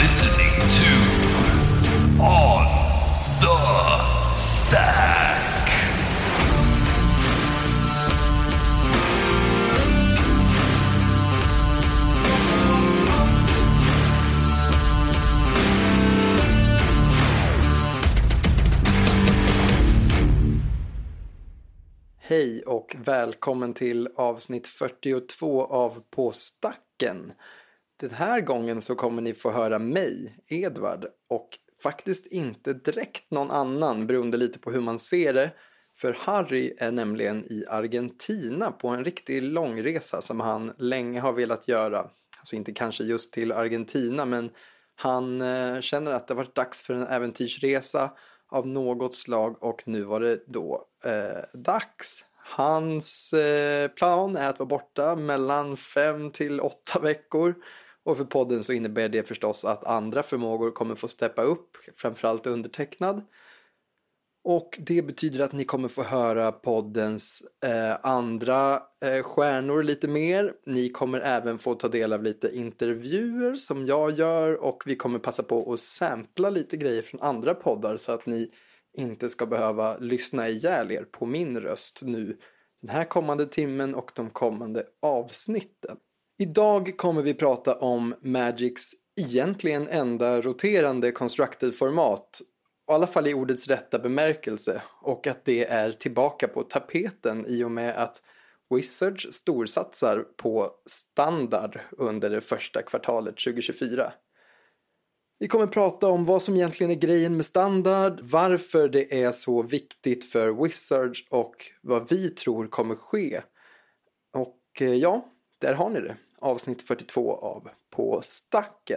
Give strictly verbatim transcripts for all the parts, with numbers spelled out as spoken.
listening to On the Stack. Hej och välkommen till avsnitt fyrtiotvå av På Stacken. Den här gången så kommer ni få höra mig, Edvard, och faktiskt inte direkt någon annan beroende lite på hur man ser det. För Harry är nämligen i Argentina på en riktig långresa som han länge har velat göra. Alltså inte kanske just till Argentina, men han eh, känner att det har varit dags för en äventyrsresa av något slag och nu var det då eh, dags. Hans eh, plan är att vara borta mellan fem till åtta veckor. Och för podden så innebär det förstås att andra förmågor kommer få steppa upp, framförallt undertecknad. Och det betyder att ni kommer få höra poddens eh, andra eh, stjärnor lite mer. Ni kommer även få ta del av lite intervjuer som jag gör. Och vi kommer passa på att sampla lite grejer från andra poddar så att ni inte ska behöva lyssna ihjäl er på min röst nu den här kommande timmen och de kommande avsnitten. Idag kommer vi prata om Magics egentligen enda roterande constructed-format, i alla fall i ordets rätta bemärkelse, och att det är tillbaka på tapeten i och med att Wizards storsatsar på standard under det första kvartalet tjugohundratjugofyra. Vi kommer prata om vad som egentligen är grejen med standard, varför det är så viktigt för Wizards och vad vi tror kommer ske. Och ja, där har ni det. Avsnitt fyrtiotvå av På Stacken.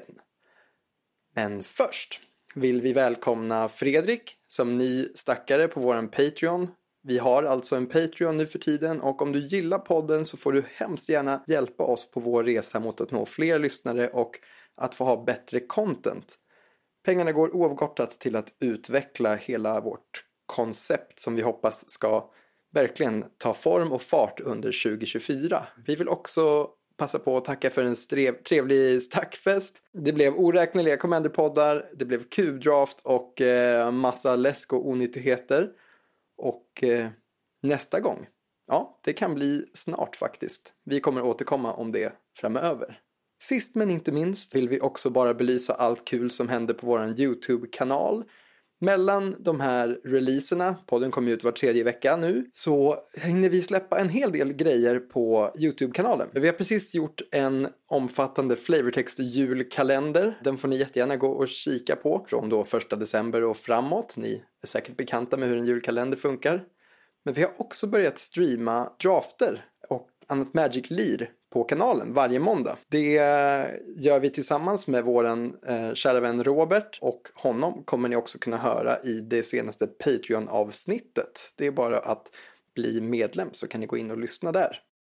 Men först vill vi välkomna Fredrik som ny stackare på våran Patreon. Vi har alltså en Patreon nu för tiden och om du gillar podden så får du hemskt gärna hjälpa oss på vår resa mot att nå fler lyssnare och att få ha bättre content. Pengarna går oavkortat till att utveckla hela vårt koncept som vi hoppas ska verkligen ta form och fart under tjugohundratjugofyra. Vi vill också passa på att tacka för en strev, trevlig stackfest. Det blev oräkneliga Commander-poddar, det blev Q-draft och eh, massa läsk och onyttigheter. Och eh, nästa gång, ja, det kan bli snart faktiskt. Vi kommer återkomma om det framöver. Sist men inte minst vill vi också bara belysa allt kul som händer på vår YouTube-kanal. Mellan de här releaserna, podden kommer ut var tredje vecka nu, så hinner vi släppa en hel del grejer på YouTube-kanalen. Vi har precis gjort en omfattande flavortext julkalender. Den får ni jättegärna gå och kika på från då första december och framåt. Ni är säkert bekanta med hur en julkalender funkar. Men vi har också börjat streama drafter och annat Magic-lir på kanalen varje måndag. Det gör vi tillsammans med våran eh, kära vän Robert och honom kommer ni också kunna höra i det senaste Patreon-avsnittet. Det är bara att bli medlem så kan ni gå in och lyssna där.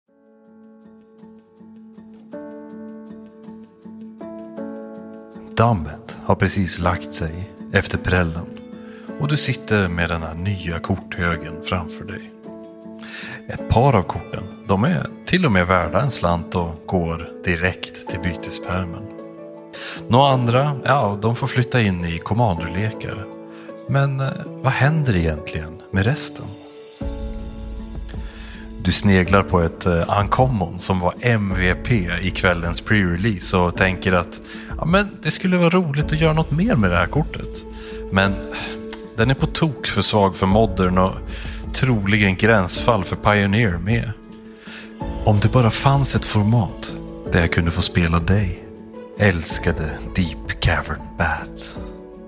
Dammet har precis lagt sig efter prällen och du sitter med den här nya korthögen framför dig. Ett par av korten, de är till och med värda en slant och går direkt till bytespärmen. Några andra, ja, de får flytta in i kommanderlekar. Men vad händer egentligen med resten? Du sneglar på ett uh, Uncommon som var M V P i kvällens pre-release och tänker att ja, men det skulle vara roligt att göra något mer med det här kortet. Men den är på tok för svag för Modern och troligen gränsfall för Pioneer med. Om det bara fanns ett format där jag kunde få spela dig, älskade Deep Cavern Bats.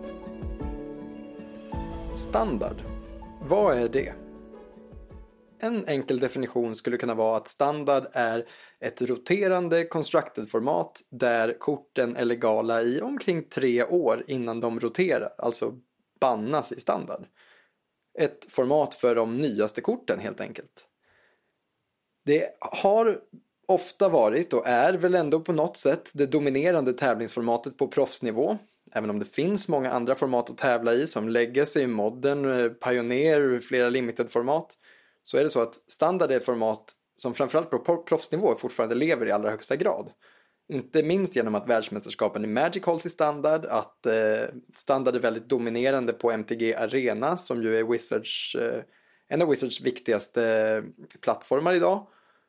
Standard. Vad är det? En enkel definition skulle kunna vara att standard är ett roterande constructed-format där korten är legala i omkring tre år innan de roterar, alltså bannas i standard. Ett format för de nyaste korten helt enkelt. Det har ofta varit och är väl ändå på något sätt det dominerande tävlingsformatet på proffsnivå. Även om det finns många andra format att tävla i som Legacy, Modern, Pioneer, flera limited-format. Så är det så att standard är ett format som framförallt på proffsnivå fortfarande lever i allra högsta grad. Inte minst genom att världsmästerskapen i Magic hålls i standard, att eh, standard är väldigt dominerande på M T G Arena som ju är Wizards, eh, en av Wizards viktigaste plattformar idag.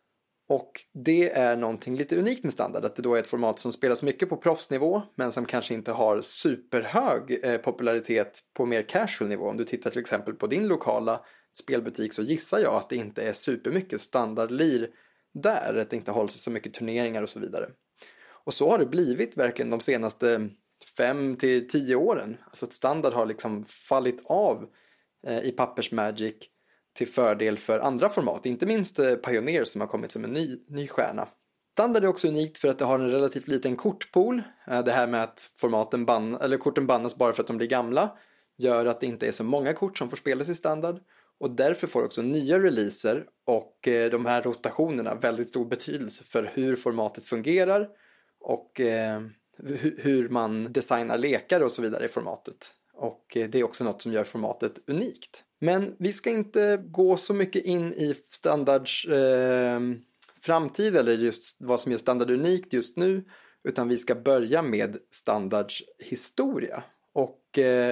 Och det är någonting lite unikt med standard, att det då är ett format som spelas mycket på proffsnivå men som kanske inte har superhög eh, popularitet på mer casual nivå. Om du tittar till exempel på din lokala spelbutik så gissar jag att det inte är supermycket standardlir där, att det inte hålls så mycket turneringar och så vidare. Och så har det blivit verkligen de senaste fem till tio åren. Alltså att standard har liksom fallit av eh, i pappersmagic till fördel för andra format. Inte minst eh, Pioneer som har kommit som en ny, ny stjärna. Standard är också unikt för att det har en relativt liten kortpool. Eh, det här med att formaten ban- eller korten bannas bara för att de blir gamla gör att det inte är så många kort som får spelas i standard. Och därför får också nya releaser och eh, de här rotationerna väldigt stor betydelse för hur formatet fungerar och eh, hur man designar lekar och så vidare i formatet. Och eh, det är också något som gör formatet unikt. Men vi ska inte gå så mycket in i standards eh, framtid eller just vad som gör standard unikt just nu, utan vi ska börja med standards historia. Och eh,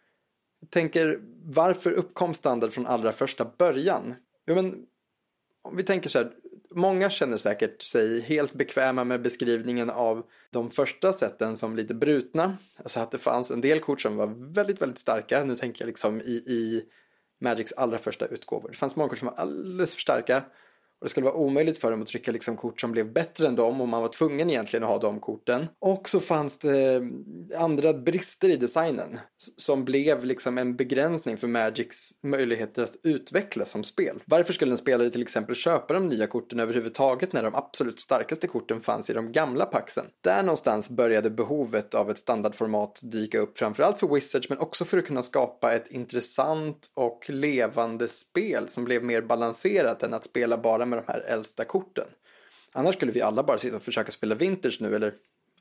jag tänker, varför uppkom standard från allra första början? Jo, men om vi tänker så här, många känner säkert sig helt bekväma med beskrivningen av de första sätten som lite brutna. Alltså att det fanns en del kort som var väldigt, väldigt starka. Nu tänker jag liksom i, i Magics allra första utgåvor. Det fanns många kort som var alldeles för starka. Och det skulle vara omöjligt för dem att trycka liksom kort som blev bättre än dem. Och man var tvungen egentligen att ha de korten. Och så fanns det andra brister i designen. Som blev liksom en begränsning för Magics möjligheter att utvecklas som spel. Varför skulle en spelare till exempel köpa de nya korten överhuvudtaget när de absolut starkaste korten fanns i de gamla packsen? Där någonstans började behovet av ett standardformat dyka upp. Framförallt för Wizards men också för att kunna skapa ett intressant och levande spel som blev mer balanserat än att spela bara med de här äldsta korten. Annars skulle vi alla bara sitta och försöka spela vintage nu, eller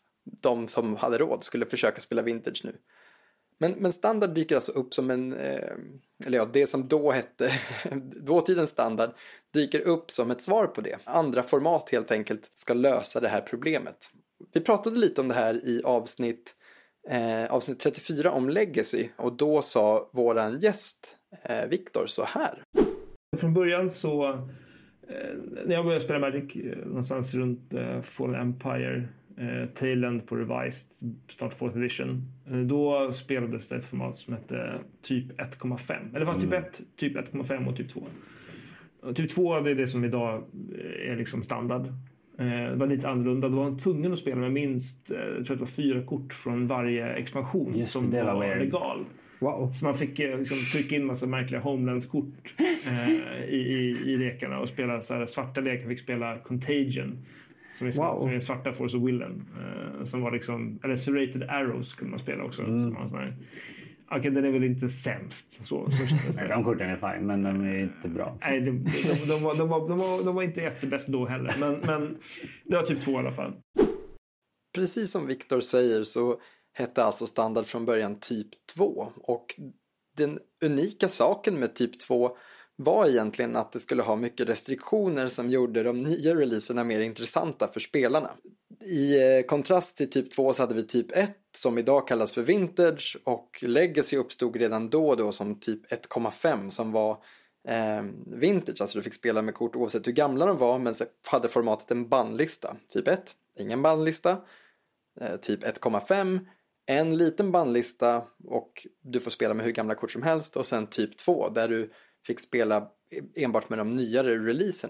de som hade råd skulle försöka spela vintage nu. Men, men standard dyker alltså upp som en, eh, eller ja, det som då hette dåtidens standard dyker upp som ett svar på det. Andra format helt enkelt ska lösa det här problemet. Vi pratade lite om det här i avsnitt, eh, avsnitt trettiofyra om Legacy, och då sa våran gäst eh, Viktor så här. Från början så när jag började spela Magic någonstans runt uh, Fallen Empire, uh, Tailend på Revised, start fourth edition, uh, då spelades det ett format som hette typ ett komma fem. Eller fast mm. typ ett, typ ett komma fem och typ två. Och typ två det är det som idag är liksom standard. Uh, det var lite annorlunda. Då var man tvungen att spela med minst, uh, jag tror det var fyra kort från varje expansion. Just som det, var, var legal. Wow. Så man fick liksom trycka in massa märkliga Homelands-kort eh, i, i, i lekarna och spela så här, svarta lekar fick spela Contagion som är, wow. som är svarta Force of Willen eh, som var liksom, eller Serrated Arrows skulle man spela också. Mm. Som var sån här, okej, den är väl inte sämst så, så kändes det. De korten är fine, men de är inte bra. Nej, de, de, de, de, var, de, var, de, var, de var inte jättebäst då heller, men, men det var typ två i alla fall. Precis som Viktor säger så hette alltså standard från början typ två, och den unika saken med typ två var egentligen att det skulle ha mycket restriktioner som gjorde de nya releaserna mer intressanta för spelarna. I kontrast till typ två så hade vi typ ett som idag kallas för Vintage, och Legacy uppstod redan då då som typ ett komma fem som var eh, Vintage, alltså du fick spela med kort oavsett hur gamla de var, men så hade formatet en bannlista. Typ ett, ingen bannlista. Eh, typ ett komma fem, en liten bannlista och du får spela med hur gamla kort som helst, och sen typ två där du fick spela enbart med de nyare releaserna.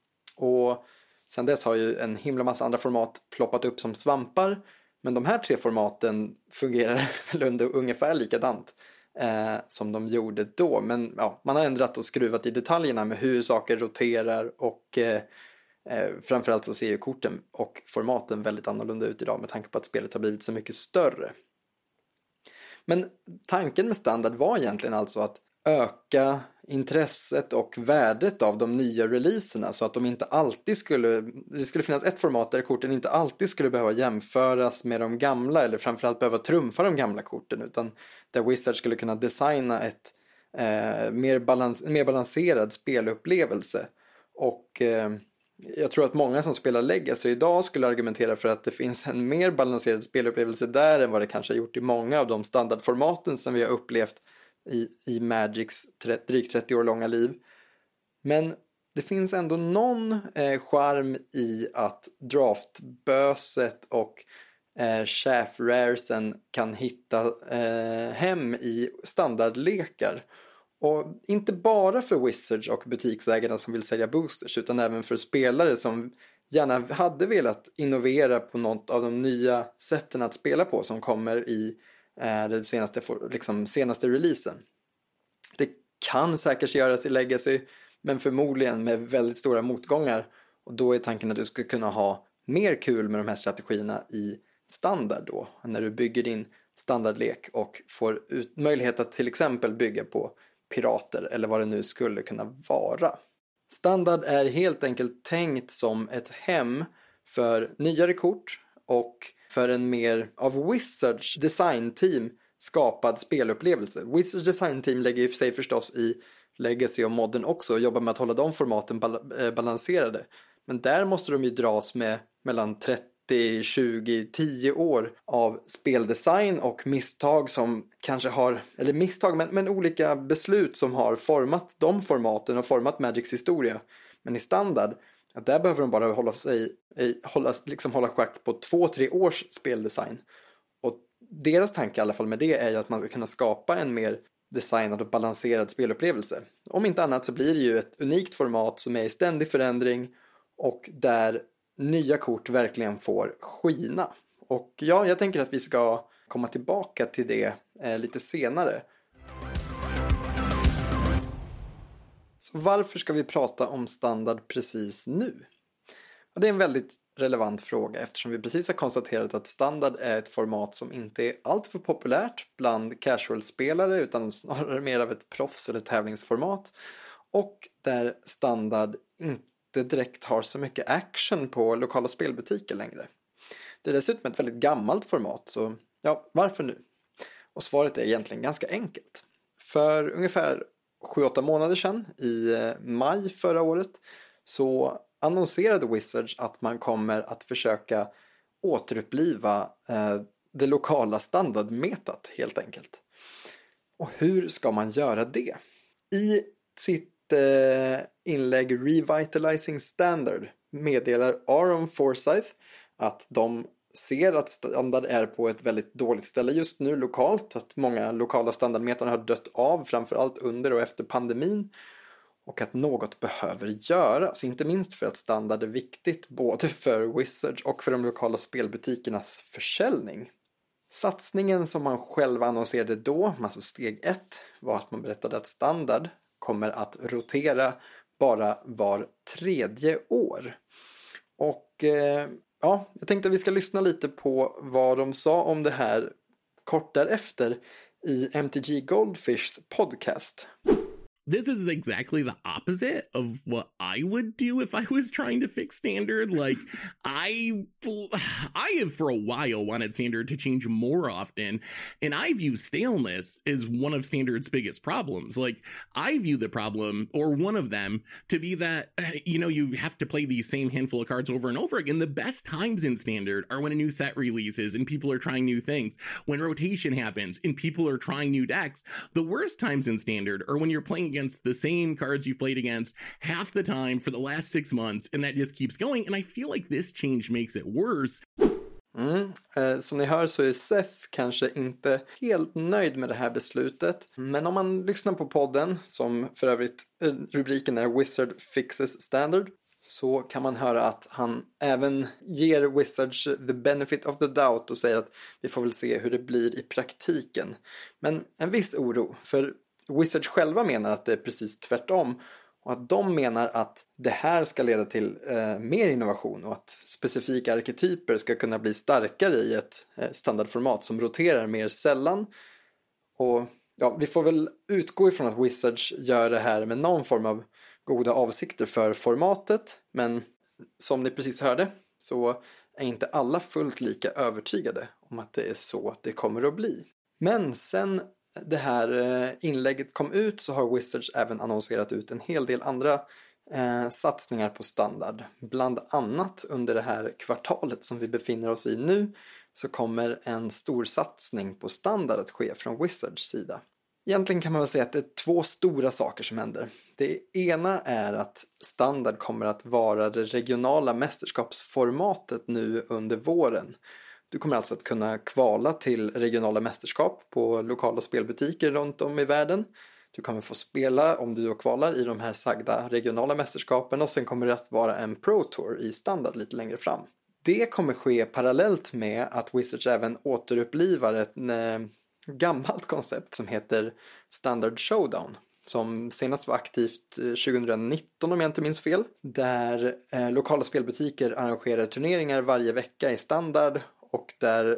Och sen dess har ju en himla massa andra format ploppat upp som svampar, men de här tre formaten fungerar väl under ungefär likadant eh, som de gjorde då, men ja, man har ändrat och skruvat i detaljerna med hur saker roterar, och eh, eh, framförallt så ser ju korten och formaten väldigt annorlunda ut idag med tanke på att spelet har blivit så mycket större. Men tanken med standard var egentligen alltså att öka intresset och värdet av de nya releaserna, så att de inte alltid skulle, det skulle finnas ett format där korten inte alltid skulle behöva jämföras med de gamla, eller framförallt behöva trumfa de gamla korten, utan där Wizards skulle kunna designa ett eh, mer, balans, mer balanserad spelupplevelse. Och eh, Jag tror att många som spelar Legacy idag skulle argumentera för att det finns en mer balanserad spelupplevelse där än vad det kanske har gjort i många av de standardformaten som vi har upplevt i, i Magics drygt trettio år långa liv. Men det finns ändå någon eh, charm i att draftböset och eh, chef-raresen kan hitta eh, hem i standardlekar. Och inte bara för Wizards och butiksägarna som vill sälja boosters, utan även för spelare som gärna hade velat innovera på något av de nya sätten att spela på som kommer i eh, den senaste, liksom, senaste releasen. Det kan säkert göras i Legacy, men förmodligen med väldigt stora motgångar. Och då är tanken att du ska kunna ha mer kul med de här strategierna i standard då. När du bygger din standardlek och får ut möjlighet att till exempel bygga på pirater eller vad det nu skulle kunna vara. Standard är helt enkelt tänkt som ett hem för nyare kort och för en mer av Wizards designteam skapad spelupplevelse. Wizards designteam lägger ju för sig förstås i Legacy och Modern också och jobbar med att hålla de formaten bal- balanserade. Men där måste de ju dras med mellan trettio, tjugo, tio år av speldesign och misstag som kanske har, eller misstag, men, men olika beslut som har format de formaten och format Magics historia. Men i standard, att där behöver de bara hålla sig, hålla, liksom hålla schack på två, tre års speldesign. Och deras tanke i alla fall med det är ju att man ska kunna skapa en mer designad och balanserad spelupplevelse. Om inte annat så blir det ju ett unikt format som är i ständig förändring och där nya kort verkligen får skina. Och ja, jag tänker att vi ska komma tillbaka till det eh, lite senare. Så varför ska vi prata om standard precis nu? Och det är en väldigt relevant fråga eftersom vi precis har konstaterat att standard är ett format som inte är alltför populärt bland casual-spelare utan snarare mer av ett proffs- eller tävlingsformat och där standard inte direkt har så mycket action på lokala spelbutiker längre. Det är dessutom ett väldigt gammalt format, så ja, varför nu? Och svaret är egentligen ganska enkelt. För ungefär sju åtta månader sedan, i maj förra året, så annonserade Wizards att man kommer att försöka återuppliva eh, det lokala standardmetat helt enkelt. Och hur ska man göra det? I sitt eh, inlägg Revitalizing Standard meddelar Aaron Forsyth att de ser att standard är på ett väldigt dåligt ställe just nu lokalt. Att många lokala standardmetare har dött av framförallt under och efter pandemin. Och att något behöver göras, inte minst för att standard är viktigt både för Wizards och för de lokala spelbutikernas försäljning. Satsningen som man själv annonserade då, alltså steg ett, var att man berättade att standard kommer att rotera bara var tredje år. Och eh, ja, jag tänkte att vi ska lyssna lite på vad de sa om det här kort därefter i M T G Goldfishs podcast. This is exactly the opposite of what I would do if I was trying to fix standard. Like, I, I have for a while wanted standard to change more often, and I view staleness as one of standard's biggest problems. Like, I view the problem, or one of them, to be that, you know, you have to play the same handful of cards over and over again. The best times in standard are when a new set releases and people are trying new things, when rotation happens and people are trying new decks. The worst times in standard are when you're playing against the same cards you've played against half the time for the last six months, and that just keeps going, and I feel like this change makes it worse. Mm. Eh, som ni hör så är Seth kanske inte helt nöjd med det här beslutet, men om man lyssnar på podden, som för övrigt eh, rubriken är Wizard Fixes Standard, så kan man höra att han även ger Wizards the benefit of the doubt och säger att vi får väl se hur det blir i praktiken. Men en viss oro, för Wizards själva menar att det är precis tvärtom och att de menar att det här ska leda till eh, mer innovation och att specifika arketyper ska kunna bli starkare i ett eh, standardformat som roterar mer sällan. Och ja, vi får väl utgå ifrån att Wizards gör det här med någon form av goda avsikter för formatet, men som ni precis hörde så är inte alla fullt lika övertygade om att det är så det kommer att bli. Men sen det här inlägget kom ut så har Wizards även annonserat ut en hel del andra eh, satsningar på standard. Bland annat under det här kvartalet som vi befinner oss i nu så kommer en stor satsning på standard att ske från Wizards sida. Egentligen kan man väl säga att det är två stora saker som händer. Det ena är att standard kommer att vara det regionala mästerskapsformatet nu under våren. Du kommer alltså att kunna kvala till regionala mästerskap på lokala spelbutiker runt om i världen. Du kommer få spela om du då kvalar i de här sagda regionala mästerskapen och sen kommer det att vara en Pro Tour i standard lite längre fram. Det kommer ske parallellt med att Wizards även återupplivar ett eh, gammalt koncept som heter Standard Showdown. Som senast var aktivt tjugonitton om jag inte minns fel. Där eh, lokala spelbutiker arrangerar turneringar varje vecka i standard. Och där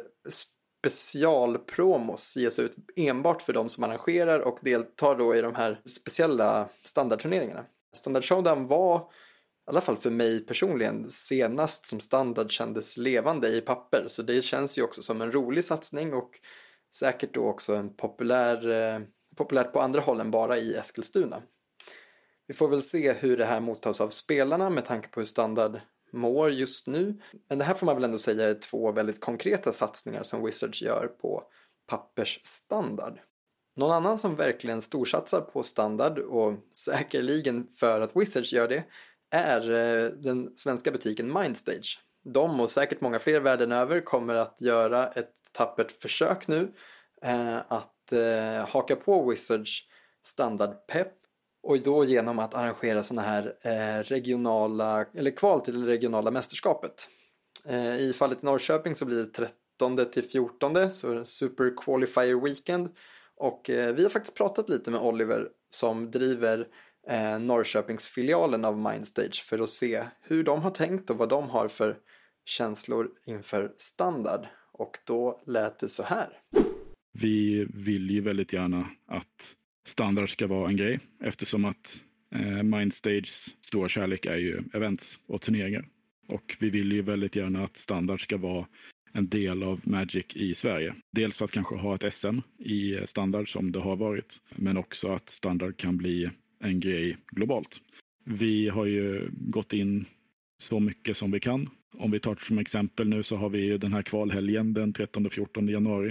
specialpromos ges ut enbart för de som arrangerar och deltar då i de här speciella standardturneringarna. Standard Showdown var, i alla fall för mig personligen, senast som standard kändes levande i papper. Så det känns ju också som en rolig satsning och säkert då också en populär, eh, populärt på andra håll än bara i Eskilstuna. Vi får väl se hur det här mottas av spelarna med tanke på hur standard mår just nu. Men det här får man väl ändå säga är två väldigt konkreta satsningar som Wizards gör på pappersstandard. Någon annan som verkligen storsatsar på standard och säkerligen för att Wizards gör det är den svenska butiken Mindstage. De och säkert många fler världen över kommer att göra ett tappert försök nu eh, att eh, haka på Wizards standardpepp. Och då genom att arrangera sådana här eh, regionala, eller kval till det regionala mästerskapet. Eh, I fallet i Norrköping så blir det trettonde till fjortonde, så Super Qualifier Weekend. Och eh, vi har faktiskt pratat lite med Oliver som driver eh, Norrköpingsfilialen av Mindstage för att se hur de har tänkt och vad de har för känslor inför standard. Och då lät det så här. Vi vill ju väldigt gärna att standard ska vara en grej eftersom att eh, Mindstages stora kärlek är ju events och turneringar. Och vi vill ju väldigt gärna att standard ska vara en del av Magic i Sverige. Dels för att kanske ha ett S M i standard som det har varit, men också att standard kan bli en grej globalt. Vi har ju gått in så mycket som vi kan. Om vi tar som exempel nu så har vi den här kvalhelgen den trettonde och fjortonde januari.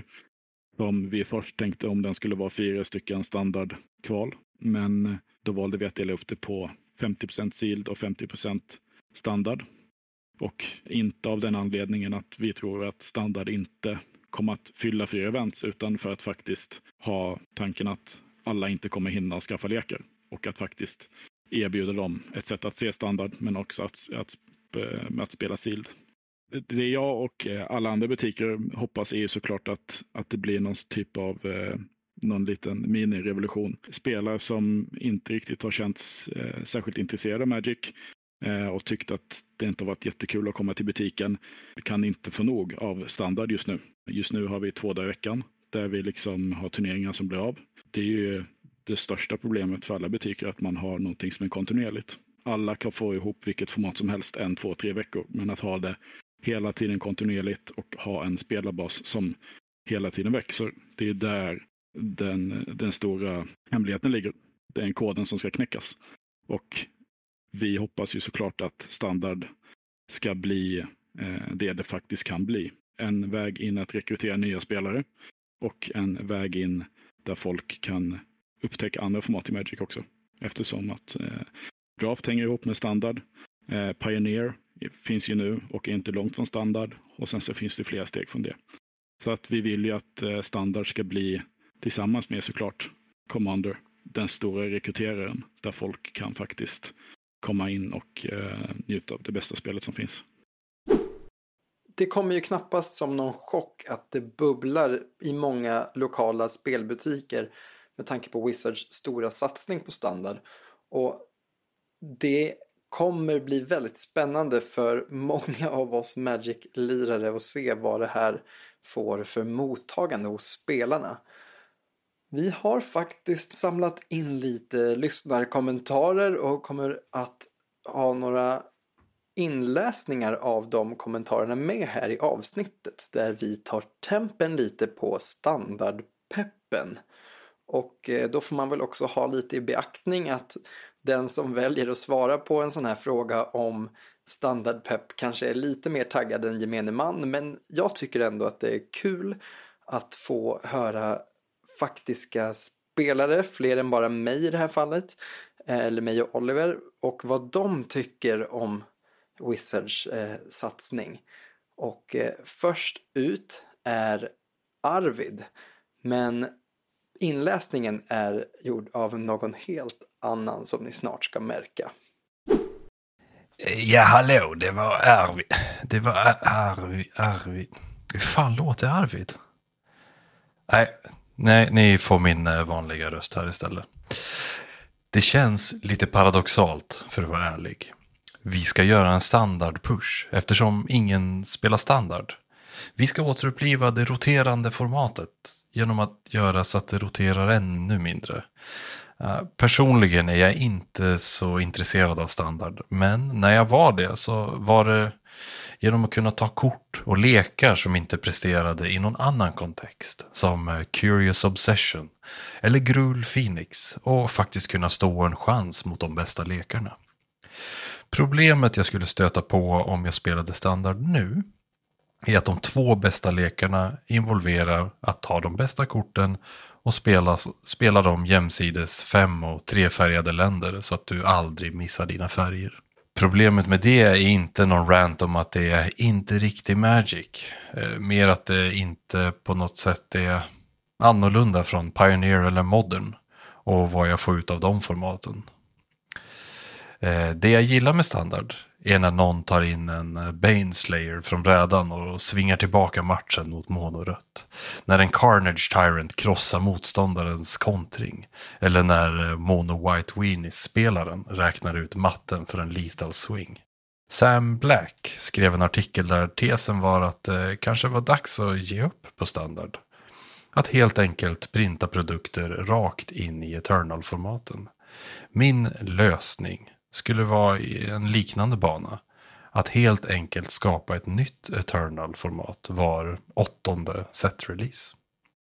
Som vi först tänkte om den skulle vara fyra stycken standardkval. Men då valde vi att dela upp det på femtio procent sealed och femtio procent standard. Och inte av den anledningen att vi tror att standard inte kommer att fylla fyra events utan för att faktiskt ha tanken att alla inte kommer hinna skaffa lekar. Och att faktiskt erbjuda dem ett sätt att se standard men också att, att, att spela sealed. Det jag och alla andra butiker hoppas är ju såklart att, att det blir någon typ av eh, någon liten mini-revolution. Spelare som inte riktigt har känts eh, särskilt intresserade av Magic eh, och tyckt att det inte har varit jättekul att komma till butiken kan inte få nog av standard just nu. Just nu har vi två dagar i veckan där vi liksom har turneringar som blir av. Det är ju det största problemet för alla butiker att man har någonting som är kontinuerligt. Alla kan få ihop vilket format som helst en, två, tre veckor men att ha det hela tiden kontinuerligt och ha en spelarbas som hela tiden växer. Det är där den, den stora hemligheten ligger. Det är en koden som ska knäckas. Och vi hoppas ju såklart att standard ska bli eh, det det faktiskt kan bli. En väg in att rekrytera nya spelare och en väg in där folk kan upptäcka andra format i Magic också. Eftersom att eh, draft hänger ihop med standard. Eh, Pioneer finns ju nu och är inte långt från standard. Och sen så finns det flera steg från det. Så att vi vill ju att eh, standard ska bli tillsammans med såklart Commander. Den stora rekryteraren där folk kan faktiskt komma in och eh, njuta av det bästa spelet som finns. Det kommer ju knappast som någon chock att det bubblar i många lokala spelbutiker med tanke på Wizards stora satsning på standard. Och det kommer bli väldigt spännande för många av oss Magic-lirare att se vad det här får för mottagande hos spelarna. Vi har faktiskt samlat in lite lyssnarkommentarer och kommer att ha några inläsningar av de kommentarerna med här i avsnittet där vi tar tempen lite på standardpeppen. Och då får man väl också ha lite i beaktning att den som väljer att svara på en sån här fråga om standardpepp kanske är lite mer taggad än gemene man, men jag tycker ändå att det är kul att få höra faktiska spelare, fler än bara mig i det här fallet, eller mig och Oliver, och vad de tycker om Wizards eh, satsning. Och eh, först ut är Arvid, men inläsningen är gjord av någon helt annan som ni snart ska märka. Ja, hallå, det var Arvid. Det var Arvid. Arvid. Hur fan låter Arvid? Nej, nej, ni får min vanliga röst här istället. Det känns lite paradoxalt, för att vara ärlig. Vi ska göra en standardpush eftersom ingen spelar standard. Vi ska återuppliva det roterande formatet genom att göra så att det roterar ännu mindre. Personligen är jag inte så intresserad av standard, men när jag var det så var det genom att kunna ta kort och lekar som inte presterade i någon annan kontext, som Curious Obsession eller Gruul Phoenix, och faktiskt kunna stå en chans mot de bästa lekarna. Problemet jag skulle stöta på om jag spelade standard nu är att de två bästa lekarna involverar att ta de bästa korten och spela, spela dem jämsides fem- och trefärgade länder så att du aldrig missar dina färger. Problemet med det är inte någon rant om att det är inte riktig Magic. Eh, mer att det inte på något sätt är annorlunda från Pioneer eller Modern och vad jag får ut av de formaten. Eh, det jag gillar med standard är när någon tar in en Baneslayer från brädan och svingar tillbaka matchen mot monorött. När en Carnage Tyrant krossar motståndarens kontring. Eller när Mono White Weenies-spelaren räknar ut matten för en lethal swing. Sam Black skrev en artikel där tesen var att det kanske var dags att ge upp på standard. Att helt enkelt printa produkter rakt in i Eternal-formaten. Min lösning skulle vara i en liknande bana. Att helt enkelt skapa ett nytt Eternal-format var åttonde set-release.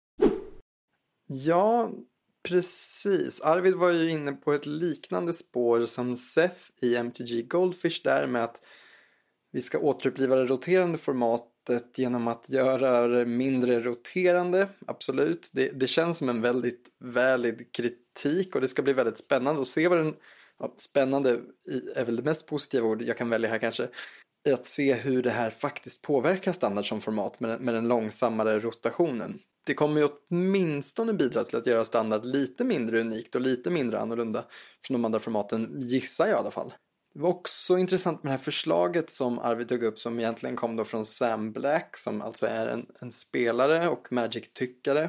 Ja, precis. Arvid var ju inne på ett liknande spår som Seth i M T G Goldfish där, med att vi ska återuppliva det roterande formatet genom att göra det mindre roterande. Absolut. Det, det känns som en väldigt valid kritik och det ska bli väldigt spännande att se vad den... Ja, spännande är väl det mest positiva ord jag kan välja här kanske. Att se hur det här faktiskt påverkar standard som format med, med den långsammare rotationen. Det kommer ju åtminstone bidra till att göra standard lite mindre unikt och lite mindre annorlunda från de andra formaten, gissar jag i alla fall. Det var också intressant med det här förslaget som Arvid tog upp, som egentligen kom då från Sam Black, som alltså är en, en spelare och Magic-tyckare,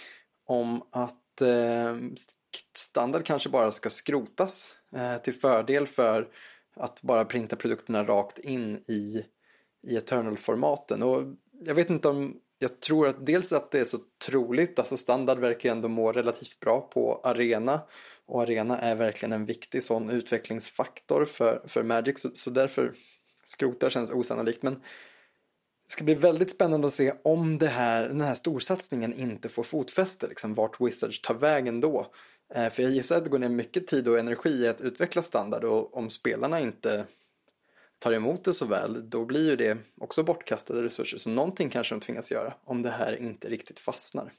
om att eh, standard kanske bara ska skrotas eh, till fördel för att bara printa produkterna rakt in i, i Eternal-formaten. Och jag vet inte om, jag tror att dels att det är så troligt, alltså standard verkar ju ändå må relativt bra på arena, och arena är verkligen en viktig sån utvecklingsfaktor för, för Magic, så, så därför skrotar känns osannolikt. Men det ska bli väldigt spännande att se om det här, den här storsatsningen inte får fotfäste, liksom vart Wizards tar vägen då. Eh, för jag gissar att det går ner mycket tid och energi i att utveckla standard, och om spelarna inte tar emot det så väl, då blir ju det också bortkastade resurser. Så någonting kanske de tvingas göra om det här inte riktigt fastnar.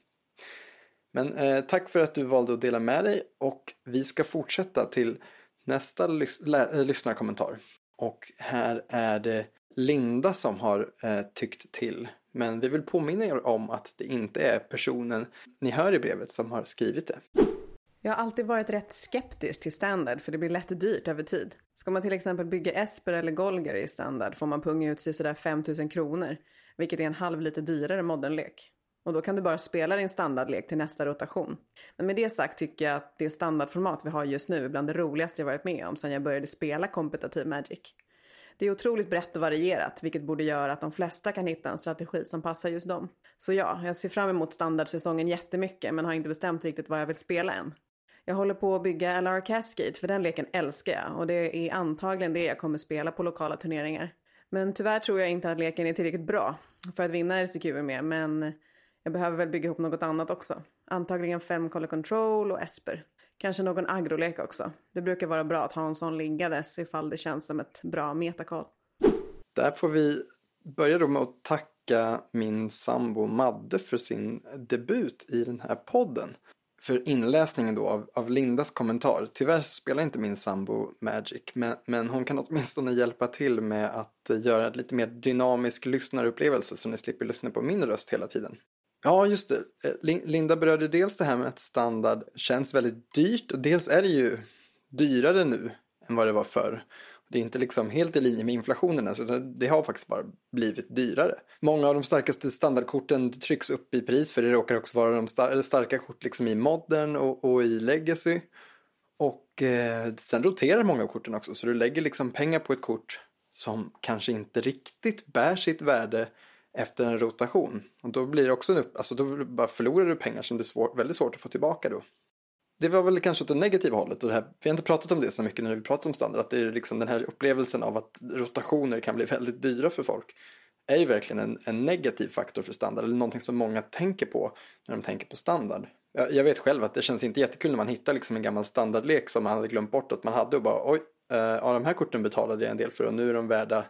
Men eh, tack för att du valde att dela med dig, och vi ska fortsätta till nästa lys- lä- lyssnarkommentar. Och här är det Linda som har eh, tyckt till. Men vi vill påminna er om att det inte är personen ni hör i brevet som har skrivit det. Jag har alltid varit rätt skeptisk till standard, för det blir lätt dyrt över tid. Ska man till exempel bygga Esper eller Golgar i standard får man punga ut sig sådär fem tusen kronor, vilket är en halv lite dyrare modernlek. Och då kan du bara spela din standardlek till nästa rotation. Men med det sagt tycker jag att det standardformat vi har just nu är bland det roligaste jag varit med om sedan jag började spela kompetitiv Magic. Det är otroligt brett och varierat, vilket borde göra att de flesta kan hitta en strategi som passar just dem. Så ja, jag ser fram emot standardsäsongen jättemycket, men har inte bestämt riktigt vad jag vill spela än. Jag håller på att bygga L R Cascade, för den leken älskar jag, och det är antagligen det jag kommer spela på lokala turneringar. Men tyvärr tror jag inte att leken är tillräckligt bra för att vinna R C Q med, men jag behöver väl bygga ihop något annat också. Antagligen fem Color Control och Esper. Kanske någon agrolek också. Det brukar vara bra att ha en sån liggades ifall det känns som ett bra metakall. Där får vi börja då med att tacka min sambo Madde för sin debut i den här podden. För inläsningen då av, av Lindas kommentar. Tyvärr så spelar inte min sambo Magic. Men, men hon kan åtminstone hjälpa till med att göra ett lite mer dynamisk lyssnarupplevelse. Så ni slipper lyssna på min röst hela tiden. Ja, just det. Linda berörde dels det här med att standard känns väldigt dyrt. Och dels är det ju dyrare nu än vad det var förr. Det är inte liksom helt i linje med inflationen. Så det har faktiskt bara blivit dyrare. Många av de starkaste standardkorten trycks upp i pris. För det råkar också vara de star- starka kort liksom i Modern och, och i Legacy. Och eh, sen roterar många av korten också. Så du lägger liksom pengar på ett kort som kanske inte riktigt bär sitt värde efter en rotation. Och då blir det också en upp, alltså då bara förlorar du pengar som det är svår, väldigt svårt att få tillbaka då. Det var väl kanske åt det negativa hållet. Och det här, vi har inte pratat om det så mycket när vi pratar om standard. Att det är liksom den här upplevelsen av att rotationer kan bli väldigt dyra för folk. Är ju verkligen en, en negativ faktor för standard. Eller någonting som många tänker på när de tänker på standard. Jag, jag vet själv att det känns inte jättekul när man hittar liksom en gammal standardlek som man hade glömt bort att man hade. Och bara oj, äh, ja, de här korten betalade jag en del för och nu är de värda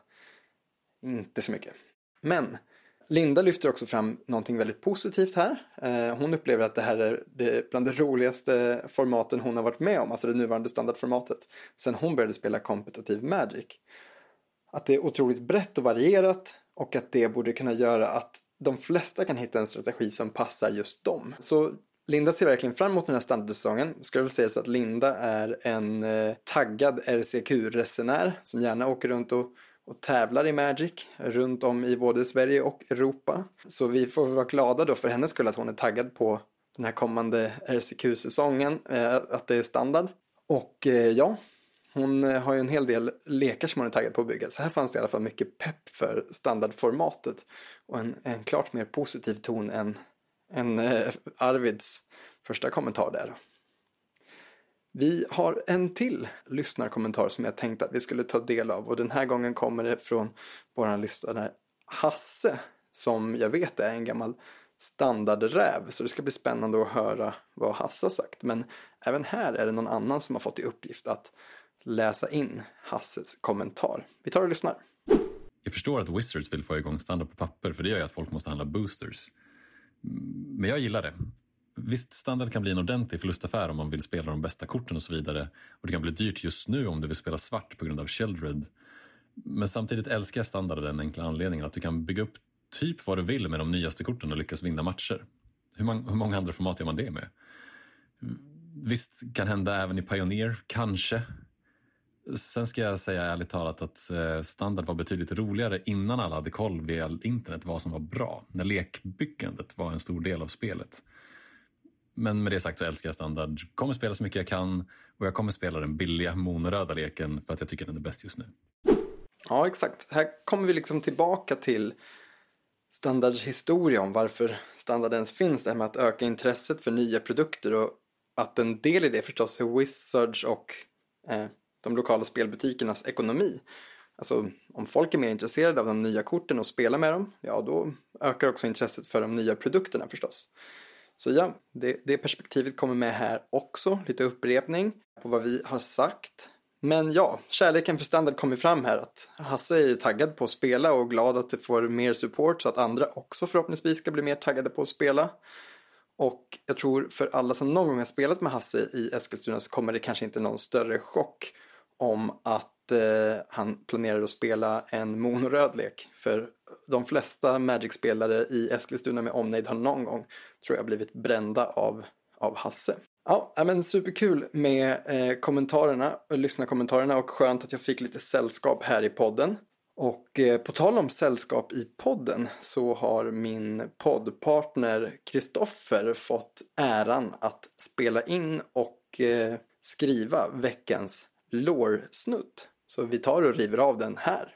inte så mycket. Men Linda lyfter också fram någonting väldigt positivt här. Eh, hon upplever att det här är det bland de roligaste formaten hon har varit med om. Alltså det nuvarande standardformatet. Sen hon började spela kompetitiv Magic. Att det är otroligt brett och varierat. Och att det borde kunna göra att de flesta kan hitta en strategi som passar just dem. Så Linda ser verkligen fram emot den här standardsäsongen. Ska jag väl säga så att Linda är en eh, taggad R C Q-resenär. Som gärna åker runt och och tävlar i Magic runt om i både Sverige och Europa. Så vi får vara glada då för hennes skull att hon är taggad på den här kommande R C Q-säsongen, eh, att det är standard. Och eh, ja, hon har ju en hel del lekar som hon är taggad på att bygga. Så här fanns det i alla fall mycket pepp för standardformatet. Och en, en klart mer positiv ton än, än eh, Arvids första kommentar där. Vi har en till lyssnarkommentar som jag tänkte att vi skulle ta del av. Och den här gången kommer det från vår lyssnare Hasse. Som jag vet är en gammal standardräv. Så det ska bli spännande att höra vad Hasse har sagt. Men även här är det någon annan som har fått i uppgift att läsa in Hasses kommentar. Vi tar och lyssnar. Jag förstår att Wizards vill få igång standard på papper. För det gör ju att folk måste handla boosters. Men jag gillar det. Visst, standard kan bli en ordentlig förlustaffär om man vill spela de bästa korten och så vidare. Och det kan bli dyrt just nu om du vill spela svart på grund av Sheldred. Men samtidigt älskar jag standard av den enkla anledningen att du kan bygga upp typ vad du vill med de nyaste korten och lyckas vinna matcher. Hur, man, hur många andra format gör man det med? Visst, kan hända även i Pioneer, kanske. Sen ska jag säga ärligt talat att standard var betydligt roligare innan alla hade koll via internet vad som var bra. När lekbyggandet var en stor del av spelet. Men med det sagt så älskar jag standard. Kommer spela så mycket jag kan. Och jag kommer spela den billiga monoröda leken för att jag tycker den är bäst just nu. Ja, exakt. Här kommer vi liksom tillbaka till standards historia om varför standard ens finns. Det här med att öka intresset för nya produkter. Och att en del i det förstås är Wizards och eh, de lokala spelbutikernas ekonomi. Alltså om folk är mer intresserade av de nya korten och spelar med dem. Ja, då ökar också intresset för de nya produkterna förstås. Så ja, det, det perspektivet kommer med här också. Lite upprepning på vad vi har sagt. Men ja, kärleken för standard kommer fram här. Att Hasse är ju taggad på att spela och glad att det får mer support. Så att andra också förhoppningsvis ska bli mer taggade på att spela. Och jag tror för alla som någon gång har spelat med Hasse i Eskilstuna så kommer det kanske inte någon större chock om att eh, han planerar att spela en monoröd lek. För de flesta Magic-spelare i Eskilstuna med omnejd har någon gång, tror jag, blivit brända av, av Hasse. Ja, men superkul med eh, kommentarerna, lyssnarkommentarerna och skönt att jag fick lite sällskap här i podden. Och eh, på tal om sällskap i podden så har min poddpartner Kristoffer fått äran att spela in och eh, skriva veckans lore-snutt. Så vi tar och river av den här.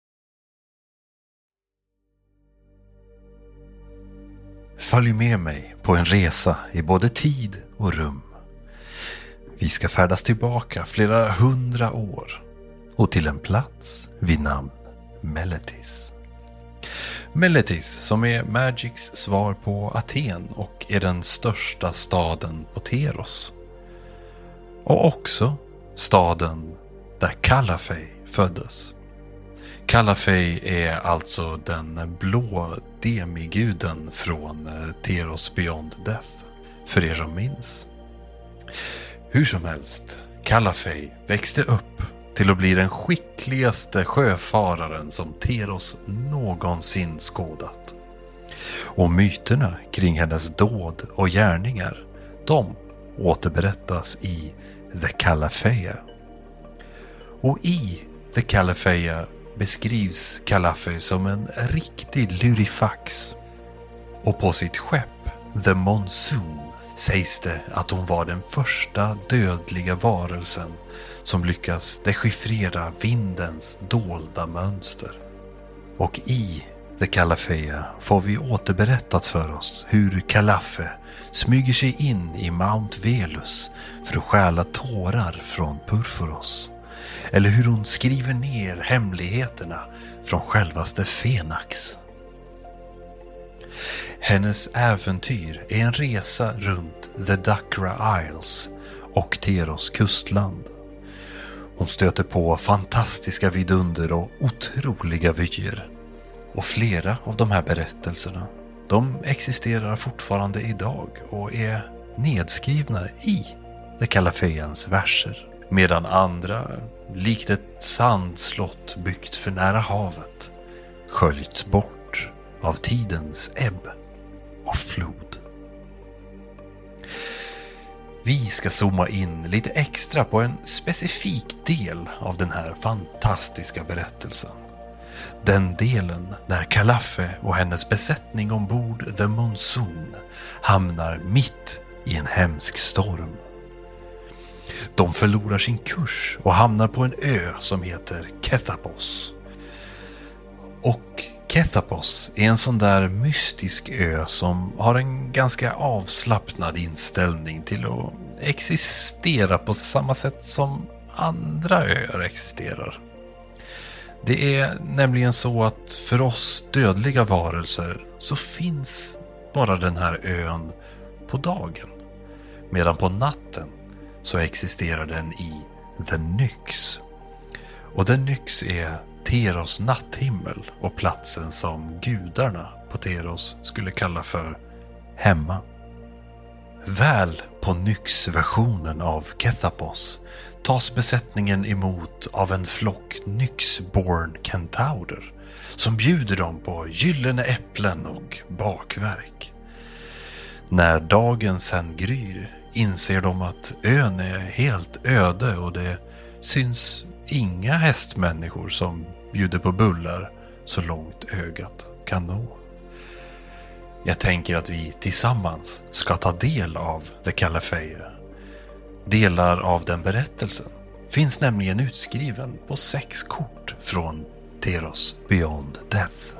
Följ med mig på en resa i både tid och rum. Vi ska färdas tillbaka flera hundra år och till en plats vid namn Meletis. Meletis som är Magics svar på Aten och är den största staden på Teros. och också staden där Calafey föddes. Calafey är alltså den blå demiguden från Theros Beyond Death, för er som minns. Hur som helst, Calafey växte upp till att bli den skickligaste sjöfararen som Theros någonsin skådat. Och myterna kring hennes dåd och gärningar, de återberättas i The Calafeia. Och i The Calafeia beskrivs Calafey som en riktig lurifax. Och på sitt skepp, The Monsoon, sägs det att hon var den första dödliga varelsen som lyckas dechiffrera vindens dolda mönster. Och i The Calafeia får vi återberättat för oss hur Calafe smyger sig in i Mount Velus för att stjäla tårar från Purphoros. Eller hur hon skriver ner hemligheterna från självaste Fenax. Hennes äventyr är en resa runt The Dakra Isles och Theros kustland. Hon stöter på fantastiska vidunder och otroliga vyer. Och flera av de här berättelserna, de existerar fortfarande idag och är nedskrivna i The Calafeians verser. Medan andra, likt ett sandslott byggt för nära havet, sköljts bort av tidens ebb och flod. Vi ska zooma in lite extra på en specifik del av den här fantastiska berättelsen. Den delen där Calafe och hennes besättning ombord The Monsoon hamnar mitt i en hemsk storm. De förlorar sin kurs och hamnar på en ö som heter Kethapos. Och Kethapos är en sån där mystisk ö som har en ganska avslappnad inställning till att existera på samma sätt som andra öar existerar. Det är nämligen så att för oss dödliga varelser så finns bara den här ön på dagen. Medan på natten så existerar den i The Nyx. Och The Nyx är Theros natthimmel och platsen som gudarna på Theros skulle kalla för hemma. Väl på Nyx-versionen av Kethapos tas besättningen emot av en flock Nyx-born kentaurer som bjuder dem på gyllene äpplen och bakverk. När dagen sen gryr inser de att ön är helt öde och det syns inga hästmänniskor som bjuder på bullar så långt ögat kan nå. Jag tänker att vi tillsammans ska ta del av The Calafeia. Delar av den berättelsen finns nämligen utskriven på sex kort från Theros Beyond Death.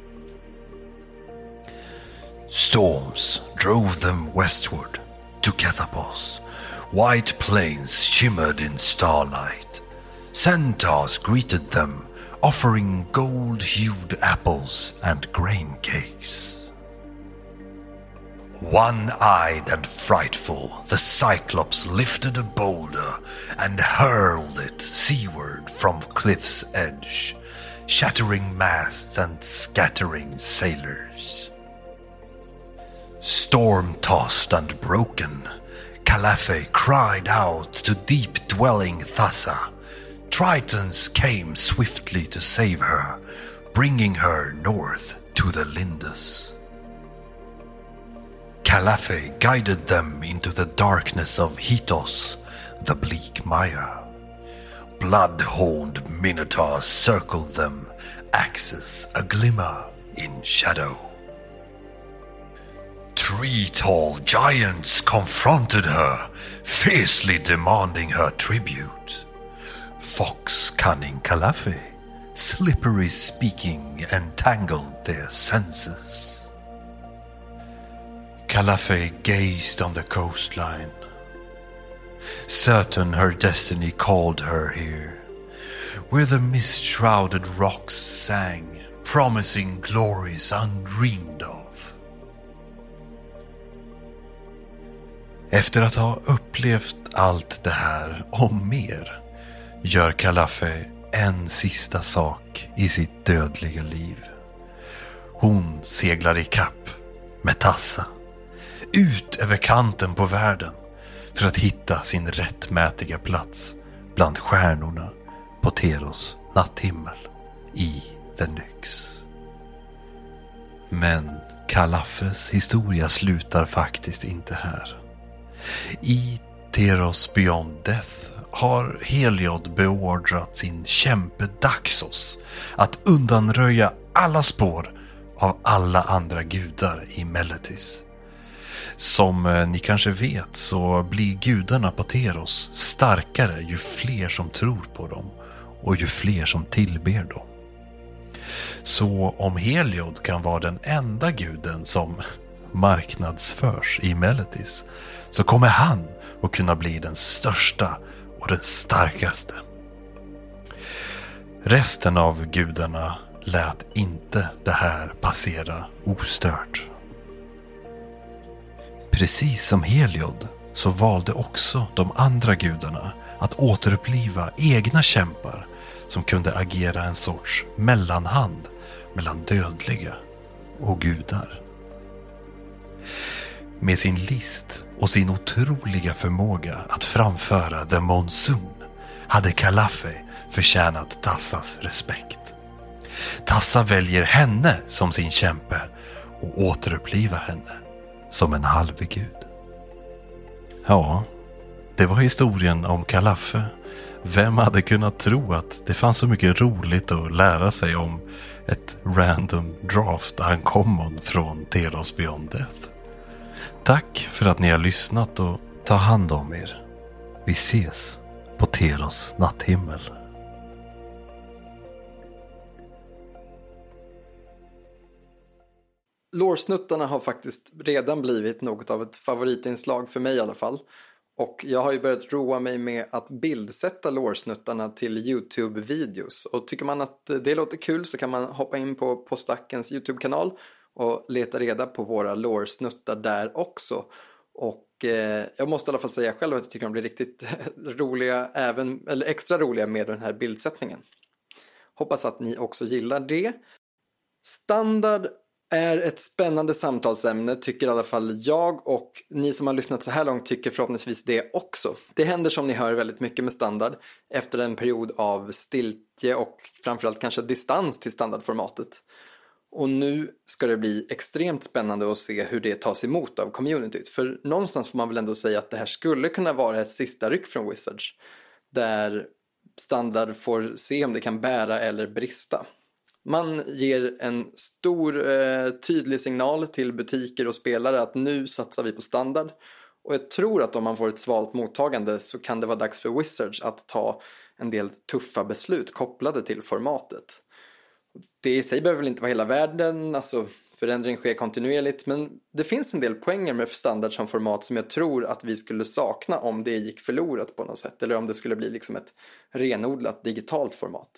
Storms drove them westward to Kethapos. White plains shimmered in starlight. Centaurs greeted them, offering gold-hued apples and grain cakes. One-eyed and frightful, the Cyclops lifted a boulder and hurled it seaward from cliff's edge, shattering masts and scattering sailors. Storm-tossed and broken, Calafe cried out to deep-dwelling Thassa. Tritons came swiftly to save her, bringing her north to the Lindus. Calafe guided them into the darkness of Hitos, the bleak mire. Blood-horned minotaurs circled them, axes a-glimmer in shadow. Three tall giants confronted her, fiercely demanding her tribute. Fox-cunning Calafe, slippery speaking, entangled their senses. Calafe gazed on the coastline, certain her destiny called her here, where the mist-shrouded rocks sang, promising glories undreamed of. Efter att ha upplevt allt det här och mer gör Callaffe en sista sak i sitt dödliga liv. Hon seglar i kapp med Thassa ut över kanten på världen för att hitta sin rättmätiga plats bland stjärnorna på Teros natthimmel i The Nyx. Men Callaffes historia slutar faktiskt inte här. I Teros Beyond Death har Heliod beordrat sin kämpe Daxos att undanröja alla spår av alla andra gudar i Meletis. Som ni kanske vet så blir gudarna på Teros starkare ju fler som tror på dem och ju fler som tillber dem. Så om Heliod kan vara den enda guden som marknadsförs i Meletis så kommer han att kunna bli den största och den starkaste. Resten av gudarna lät inte det här passera ostört. Precis som Heliod så valde också de andra gudarna att återuppliva egna kämpar som kunde agera en sorts mellanhand mellan dödliga och gudar. Med sin list och sin otroliga förmåga att framföra The Monsoon hade Callaffe förtjänat Thassas respekt. Thassa väljer henne som sin kämpe och återupplivar henne som en halvgud. Ja, det var historien om Callaffe. Vem hade kunnat tro att det fanns så mycket roligt att lära sig om ett random draft uncommon från Teros Beyond Death. Tack för att ni har lyssnat och ta hand om er. Vi ses på Teros natthimmel. Lårsnuttarna har faktiskt redan blivit något av ett favoritinslag för mig i alla fall. Och jag har ju börjat roa mig med att bildsätta lårsnuttarna till YouTube-videos. Och tycker man att det låter kul så kan man hoppa in på Postackens YouTube-kanal och leta reda på våra lårsnuttar där också. Och eh, jag måste i alla fall säga själv att jag tycker de blir riktigt roliga, även, eller extra roliga med den här bildsättningen. Hoppas att ni också gillar det. Standard är ett spännande samtalsämne, tycker i alla fall jag, och ni som har lyssnat så här långt tycker förhoppningsvis det också. Det händer som ni hör väldigt mycket med standard efter en period av stiltje och framförallt kanske distans till standardformatet. Och nu ska det bli extremt spännande att se hur det tas emot av communityt. För någonstans får man väl ändå säga att det här skulle kunna vara ett sista ryck från Wizards, där standard får se om det kan bära eller brista. Man ger en stor eh, tydlig signal till butiker och spelare att nu satsar vi på standard. Och jag tror att om man får ett svalt mottagande så kan det vara dags för Wizards att ta en del tuffa beslut kopplade till formatet. Det i sig behöver väl inte vara hela världen, alltså förändring sker kontinuerligt, men det finns en del poänger med standard som format som jag tror att vi skulle sakna om det gick förlorat på något sätt, eller om det skulle bli liksom ett renodlat digitalt format.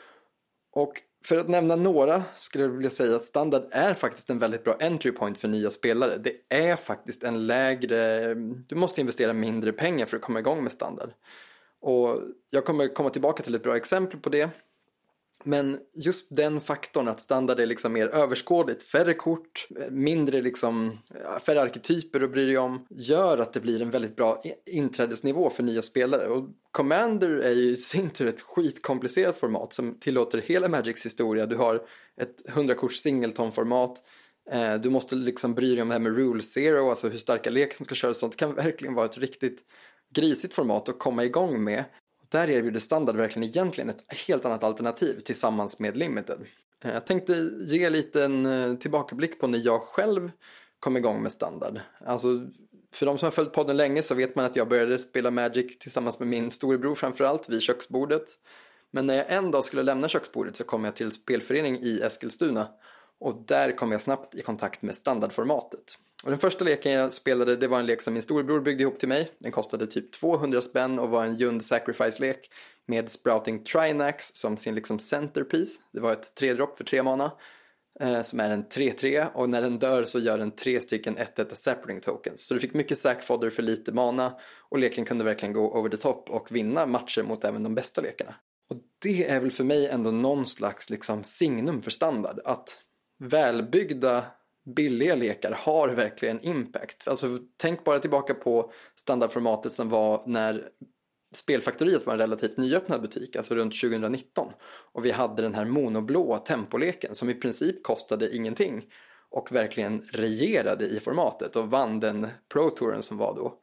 Och för att nämna några skulle jag vilja säga att standard är faktiskt en väldigt bra entry point för nya spelare. Det är faktiskt en lägre, du måste investera mindre pengar för att komma igång med standard. Och jag kommer komma tillbaka till ett bra exempel på det. Men just den faktorn att standard är liksom mer överskådligt, färre kort, mindre liksom, färre arketyper att bry dig om, gör att det blir en väldigt bra inträdesnivå för nya spelare. Och Commander är ju i sin tur ett skitkomplicerat format som tillåter hela Magics historia. Du har ett hundra-korts singleton-format. Du måste liksom bry dig om det här med Rule Zero, alltså hur starka lekar som ska köras. Sånt kan verkligen vara ett riktigt grisigt format att komma igång med. Där erbjuder standard verkligen egentligen ett helt annat alternativ tillsammans med limited. Jag tänkte ge lite en tillbakablick på när jag själv kom igång med standard. Alltså, för de som har följt podden länge så vet man att jag började spela Magic tillsammans med min storebror framförallt vid köksbordet. Men när jag en dag skulle lämna köksbordet så kom jag till spelförening i Eskilstuna. Och där kom jag snabbt i kontakt med standardformatet. Och den första leken jag spelade, det var en lek som min storebror byggde ihop till mig. Den kostade typ tvåhundra spänn och var en Jund Sacrifice-lek med Sprouting Trinax som sin liksom centerpiece. Det var ett tre dropp för tre mana. eh, som är en tre tre, och när den dör så gör den tre stycken ett ett sapling tokens. Så du fick mycket sack fodder för lite mana, och leken kunde verkligen gå over the top och vinna matcher mot även de bästa lekarna. Och det är väl för mig ändå någon slags liksom signum för standard, att välbyggda billiga lekar har verkligen impact. Alltså tänk bara tillbaka på standardformatet som var när Spelfaktoriet var en relativt nyöppnad butik, alltså runt tjugonitton, och vi hade den här monoblåa tempoleken som i princip kostade ingenting och verkligen regerade i formatet och vann den Pro Touren som var då.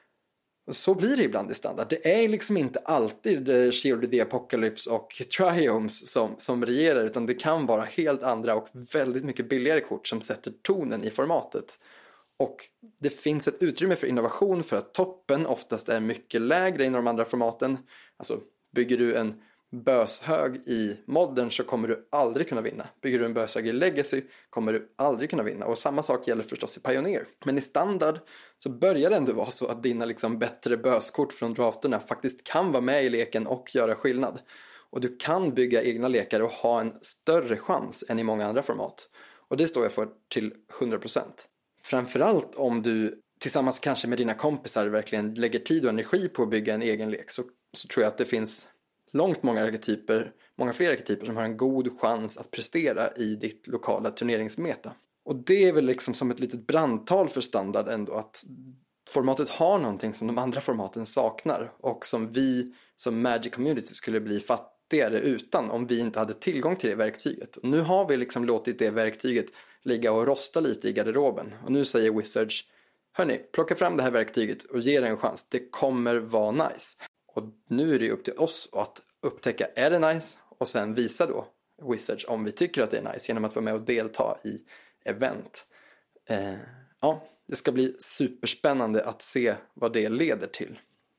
Så blir det ibland i standard. Det är liksom inte alltid Shield of the Apocalypse och Triomes som, som regerar, utan det kan vara helt andra och väldigt mycket billigare kort som sätter tonen i formatet. Och det finns ett utrymme för innovation för att toppen oftast är mycket lägre inom de andra formaten. Alltså bygger du en böshög i Modern så kommer du aldrig kunna vinna. Bygger du en böshög i Legacy kommer du aldrig kunna vinna. Och samma sak gäller förstås i Pioneer. Men i standard så börjar det ändå vara så att dina liksom bättre böskort från drafterna faktiskt kan vara med i leken och göra skillnad. Och du kan bygga egna lekar och ha en större chans än i många andra format. Och det står jag för till hundra procent. Framförallt om du tillsammans kanske med dina kompisar verkligen lägger tid och energi på att bygga en egen lek, så, så tror jag att det finns långt många arketyper, många fler arketyper som har en god chans att prestera i ditt lokala turneringsmeta. Och det är väl liksom som ett litet brandtal för standard ändå, att formatet har någonting som de andra formaten saknar och som vi som Magic Community skulle bli fattigare utan om vi inte hade tillgång till det verktyget. Och nu har vi liksom låtit det verktyget ligga och rosta lite i garderoben. Och nu säger Wizards, hörni, plocka fram det här verktyget och ge det en chans. Det kommer vara nice. Och nu är det upp till oss att upptäcka, är det nice? Och sen visa då Wizards om vi tycker att det är nice genom att vara med och delta i event. Eh, ja, det ska bli superspännande att se vad det leder till.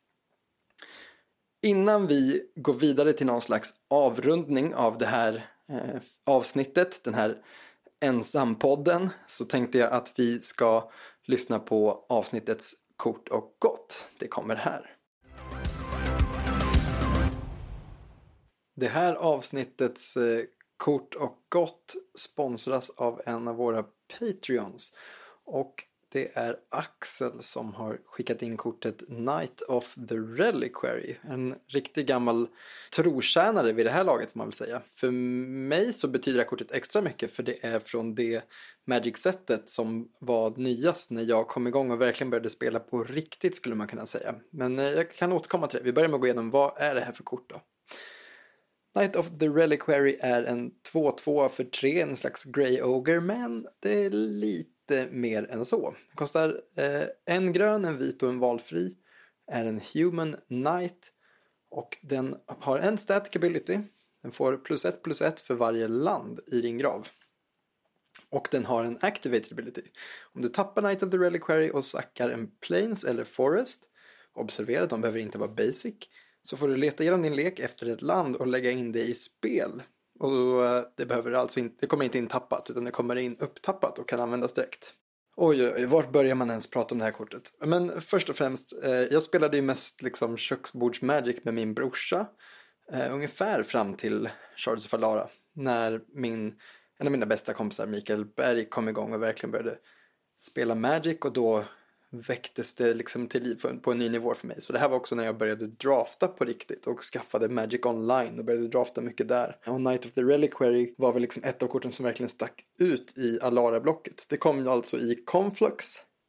Innan vi går vidare till någon slags avrundning av det här eh, avsnittet, den här ensampodden, så tänkte jag att vi ska lyssna på avsnittets kort och gott. Det kommer här. Det här avsnittets eh, kort och gott sponsras av en av våra Patreons. Och det är Axel som har skickat in kortet Knight of the Reliquary. En riktig gammal trotjänare vid det här laget får man väl säga. För mig så betyder det här kortet extra mycket, för det är från det Magic-sättet som var nyast när jag kom igång och verkligen började spela på riktigt, skulle man kunna säga. Men jag kan återkomma till det. Vi börjar med att gå igenom, vad är det här för kort då? Knight of the Reliquary är en två två för tre, en slags Grey Ogre, men det är lite mer än så. Det kostar eh, en grön, en vit och en valfri. Är en Human Knight och den har en static ability. Den får plus ett plus ett för varje land i din grav. Och den har en activated ability. Om du tappar Knight of the Reliquary och sackar en Plains eller Forest, observera att de behöver inte vara basic, så får du leta igenom din lek efter ett land och lägga in det i spel. Och det, behöver alltså inte, det kommer inte in tappat, utan det kommer in upptappat och kan användas direkt. Oj, oj, vart börjar man ens prata om det här kortet? Men först och främst, eh, jag spelade ju mest liksom köksbords Magic med min brorsa. Eh, ungefär fram till Shards of Alara. När min, en av mina bästa kompisar, Mikael Berg, kom igång och verkligen började spela Magic. Och då väcktes det liksom till liv på en ny nivå för mig. Så det här var också när jag började drafta på riktigt och skaffade Magic Online och började drafta mycket där. Och Knight of the Reliquary var väl liksom ett av korten som verkligen stack ut i Alara-blocket. Det kom alltså i Conflux,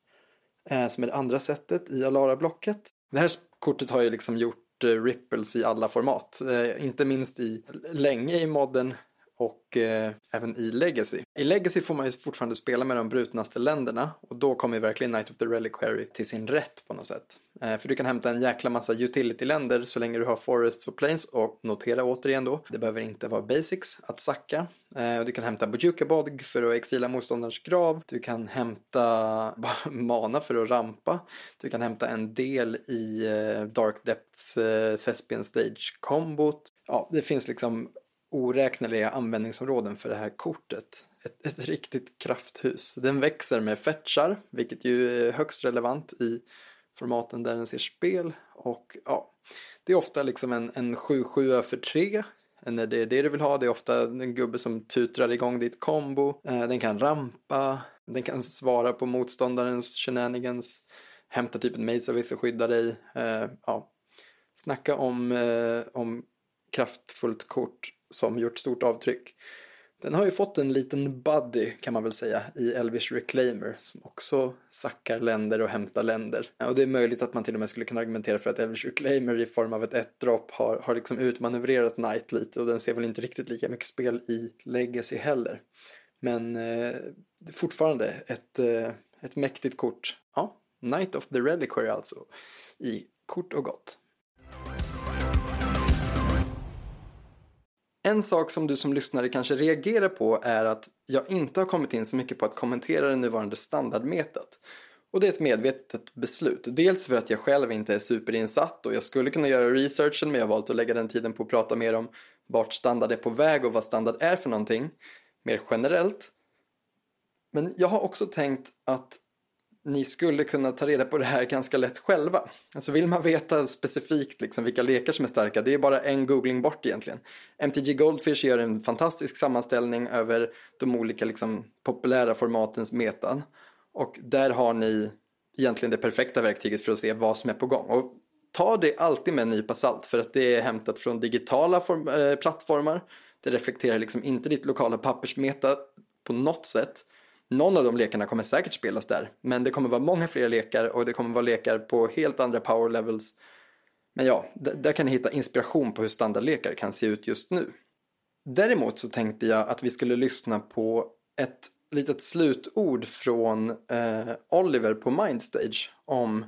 eh, som är det andra sättet i Alara-blocket. Det här kortet har ju liksom gjort eh, ripples i alla format. Eh, inte minst i länge i Modern och eh, även i Legacy. I Legacy får man ju fortfarande spela med de brutnaste länderna, och då kommer verkligen Knight of the Reliquary till sin rätt på något sätt. Eh, för du kan hämta en jäkla massa utility-länder så länge du har Forests och Plains, och notera återigen då, det behöver inte vara basics att sacka. Eh, och du kan hämta Bojuka Bodg för att exila motståndarens grav. Du kan hämta mana för att rampa. Du kan hämta en del i eh, Dark Depths eh, Thespian Stage-kombot. Ja, det finns liksom oräkneliga användningsområden för det här kortet. Ett, ett riktigt krafthus. Den växer med fetchar, vilket ju är högst relevant i formaten där den ser spel. Och ja, det är ofta liksom en, en sju sju för tre. när det är det du vill ha. Det är ofta en gubbe som tutrar igång ditt kombo. Den kan rampa, den kan svara på motståndarens shenanigans, hämta typ en Maze of Ith och skydda dig. Ja. Snacka om, om kraftfullt kort som gjort stort avtryck. Den har ju fått en liten buddy kan man väl säga i Elvish Reclaimer som också sackar länder och hämtar länder. Och det är möjligt att man till och med skulle kunna argumentera för att Elvish Reclaimer i form av ett ett-dropp har, har liksom utmanövrerat Knight lite och den ser väl inte riktigt lika mycket spel i Legacy heller. Men eh, fortfarande ett, eh, ett mäktigt kort. Ja, Knight of the Reliquary alltså i kort och gott. En sak som du som lyssnare kanske reagerar på är att jag inte har kommit in så mycket på att kommentera det nuvarande standardmetat. Och det är ett medvetet beslut. Dels för att jag själv inte är superinsatt och jag skulle kunna göra researchen, men jag har valt att lägga den tiden på att prata mer om vart standard är på väg och vad standard är för någonting. Mer generellt. Men jag har också tänkt att ni skulle kunna ta reda på det här ganska lätt själva. Alltså vill man veta specifikt liksom vilka lekar som är starka, det är bara en googling bort egentligen. M T G Goldfish gör en fantastisk sammanställning över de olika liksom populära formatens metan. Och där har ni egentligen det perfekta verktyget för att se vad som är på gång. Och ta det alltid med en nypa salt, för att det är hämtat från digitala form- äh, plattformar. Det reflekterar liksom inte ditt lokala pappersmeta på något sätt. Någon av de lekarna kommer säkert spelas där, men det kommer vara många fler lekar och det kommer vara lekar på helt andra power levels. Men ja, d- där kan ni hitta inspiration på hur standardlekar kan se ut just nu. Däremot så tänkte jag att vi skulle lyssna på ett litet slutord från eh, Oliver på Mindstage om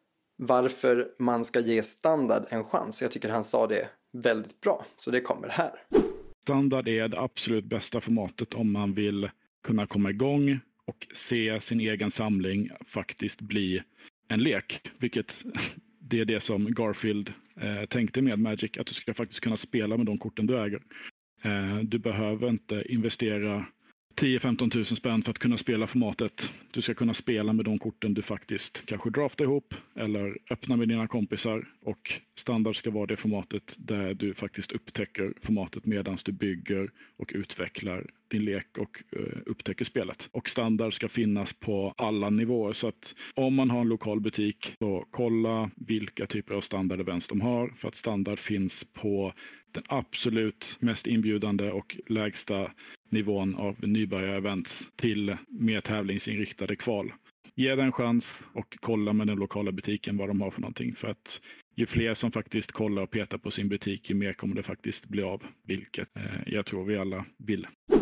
varför man ska ge standard en chans. Jag tycker han sa det väldigt bra, så det kommer här. Standard är det absolut bästa formatet om man vill kunna komma igång och se sin egen samling faktiskt bli en lek. Vilket det är det som Garfield eh, tänkte med Magic, att du ska faktiskt kunna spela med de korten du äger. Eh, du behöver inte investera tio till femton tusen spänn för att kunna spela formatet. Du ska kunna spela med de korten du faktiskt kanske draftar ihop eller öppnar med dina kompisar. Och standard ska vara det formatet där du faktiskt upptäcker formatet medan du bygger och utvecklar din lek och uh, upptäcker spelet. Och standard ska finnas på alla nivåer, så att om man har en lokal butik så kolla vilka typer av standard-events de har, för att standard finns på den absolut mest inbjudande och lägsta nivån av nybörjar-events till mer tävlingsinriktade kval. Ge den en chans och kolla med den lokala butiken vad de har för någonting, för att ju fler som faktiskt kollar och petar på sin butik, ju mer kommer det faktiskt bli av, vilket eh, jag tror vi alla vill.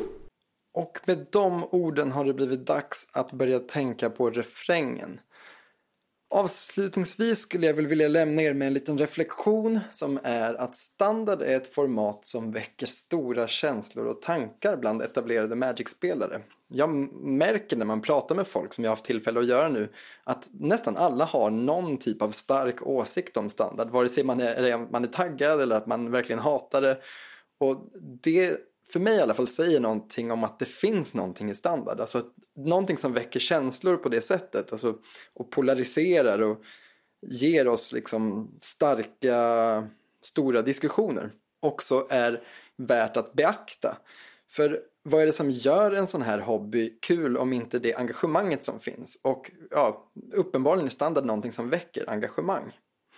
Och med de orden har det blivit dags att börja tänka på refrängen. Avslutningsvis skulle jag väl vilja lämna er med en liten reflektion som är att standard är ett format som väcker stora känslor och tankar bland etablerade Magic-spelare. Jag märker när man pratar med folk som jag har haft tillfälle att göra nu att nästan alla har någon typ av stark åsikt om standard, vare sig man är, man är taggad eller att man verkligen hatar det. Och det för mig i alla fall säger någonting om att det finns någonting i standard. Alltså någonting som väcker känslor på det sättet. Alltså, och polariserar och ger oss liksom starka, stora diskussioner. Också är värt att beakta. För vad är det som gör en sån här hobby kul om inte det engagemanget som finns? Och ja, uppenbarligen är standard någonting som väcker engagemang.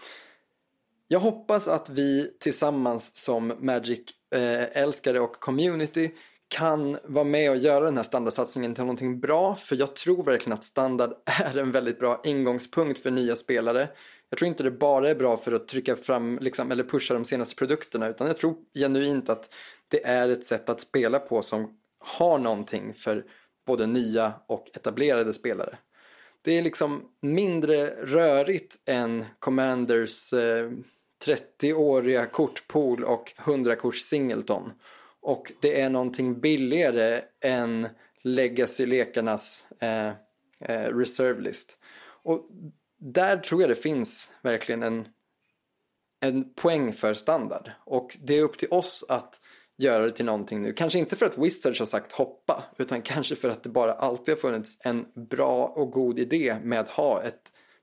Jag hoppas att vi tillsammans som Magic-älskare och community kan vara med och göra den här standardsatsningen till någonting bra. För jag tror verkligen att standard är en väldigt bra ingångspunkt för nya spelare. Jag tror inte det bara är bra för att trycka fram liksom, eller pusha de senaste produkterna. Utan jag tror genuint att det är ett sätt att spela på som har någonting för både nya och etablerade spelare. Det är liksom mindre rörigt än Commanders eh, trettio-åriga kortpool och hundra-kors singleton. Och det är någonting billigare än Legacy-lekarnas eh, eh, reserve list. Och där tror jag det finns verkligen en, en poäng för standard. Och det är upp till oss att göra det till någonting nu. Kanske inte för att Wizards har sagt hoppa, utan kanske för att det bara alltid har funnits en bra och god idé med att ha ett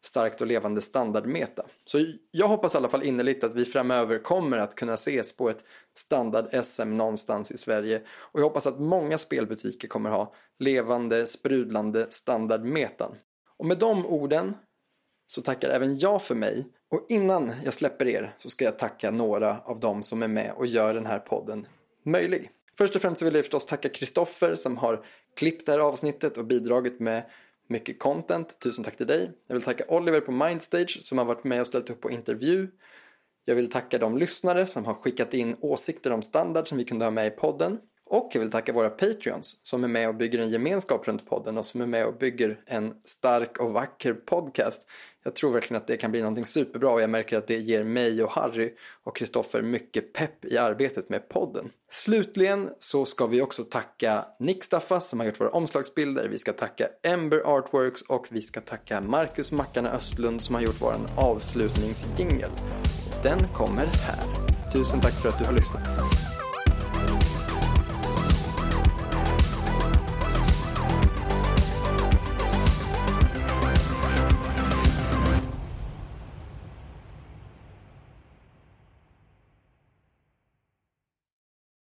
starkt och levande standardmeta. Så jag hoppas i alla fall innerligt att vi framöver kommer att kunna ses på ett standard-S M någonstans i Sverige. Och jag hoppas att många spelbutiker kommer ha levande, sprudlande standardmetan. Och med de orden så tackar även jag för mig. Och innan jag släpper er så ska jag tacka några av dem som är med och gör den här podden möjlig. Först och främst vill jag förstås tacka Kristoffer som har klippt det här avsnittet och bidragit med mycket content. Tusen tack till dig. Jag vill tacka Oliver på Mindstage som har varit med och ställt upp på intervju. Jag vill tacka de lyssnare som har skickat in åsikter om standard som vi kunde ha med i podden. Och jag vill tacka våra Patreons som är med och bygger en gemenskap runt podden och som är med och bygger en stark och vacker podcast. Jag tror verkligen att det kan bli någonting superbra och jag märker att det ger mig och Harry och Kristoffer mycket pepp i arbetet med podden. Slutligen så ska vi också tacka Nick Staffas som har gjort våra omslagsbilder. Vi ska tacka Ember Artworks och vi ska tacka Marcus Mackarna Östlund som har gjort vår avslutningsjingel. Den kommer här. Tusen tack för att du har lyssnat.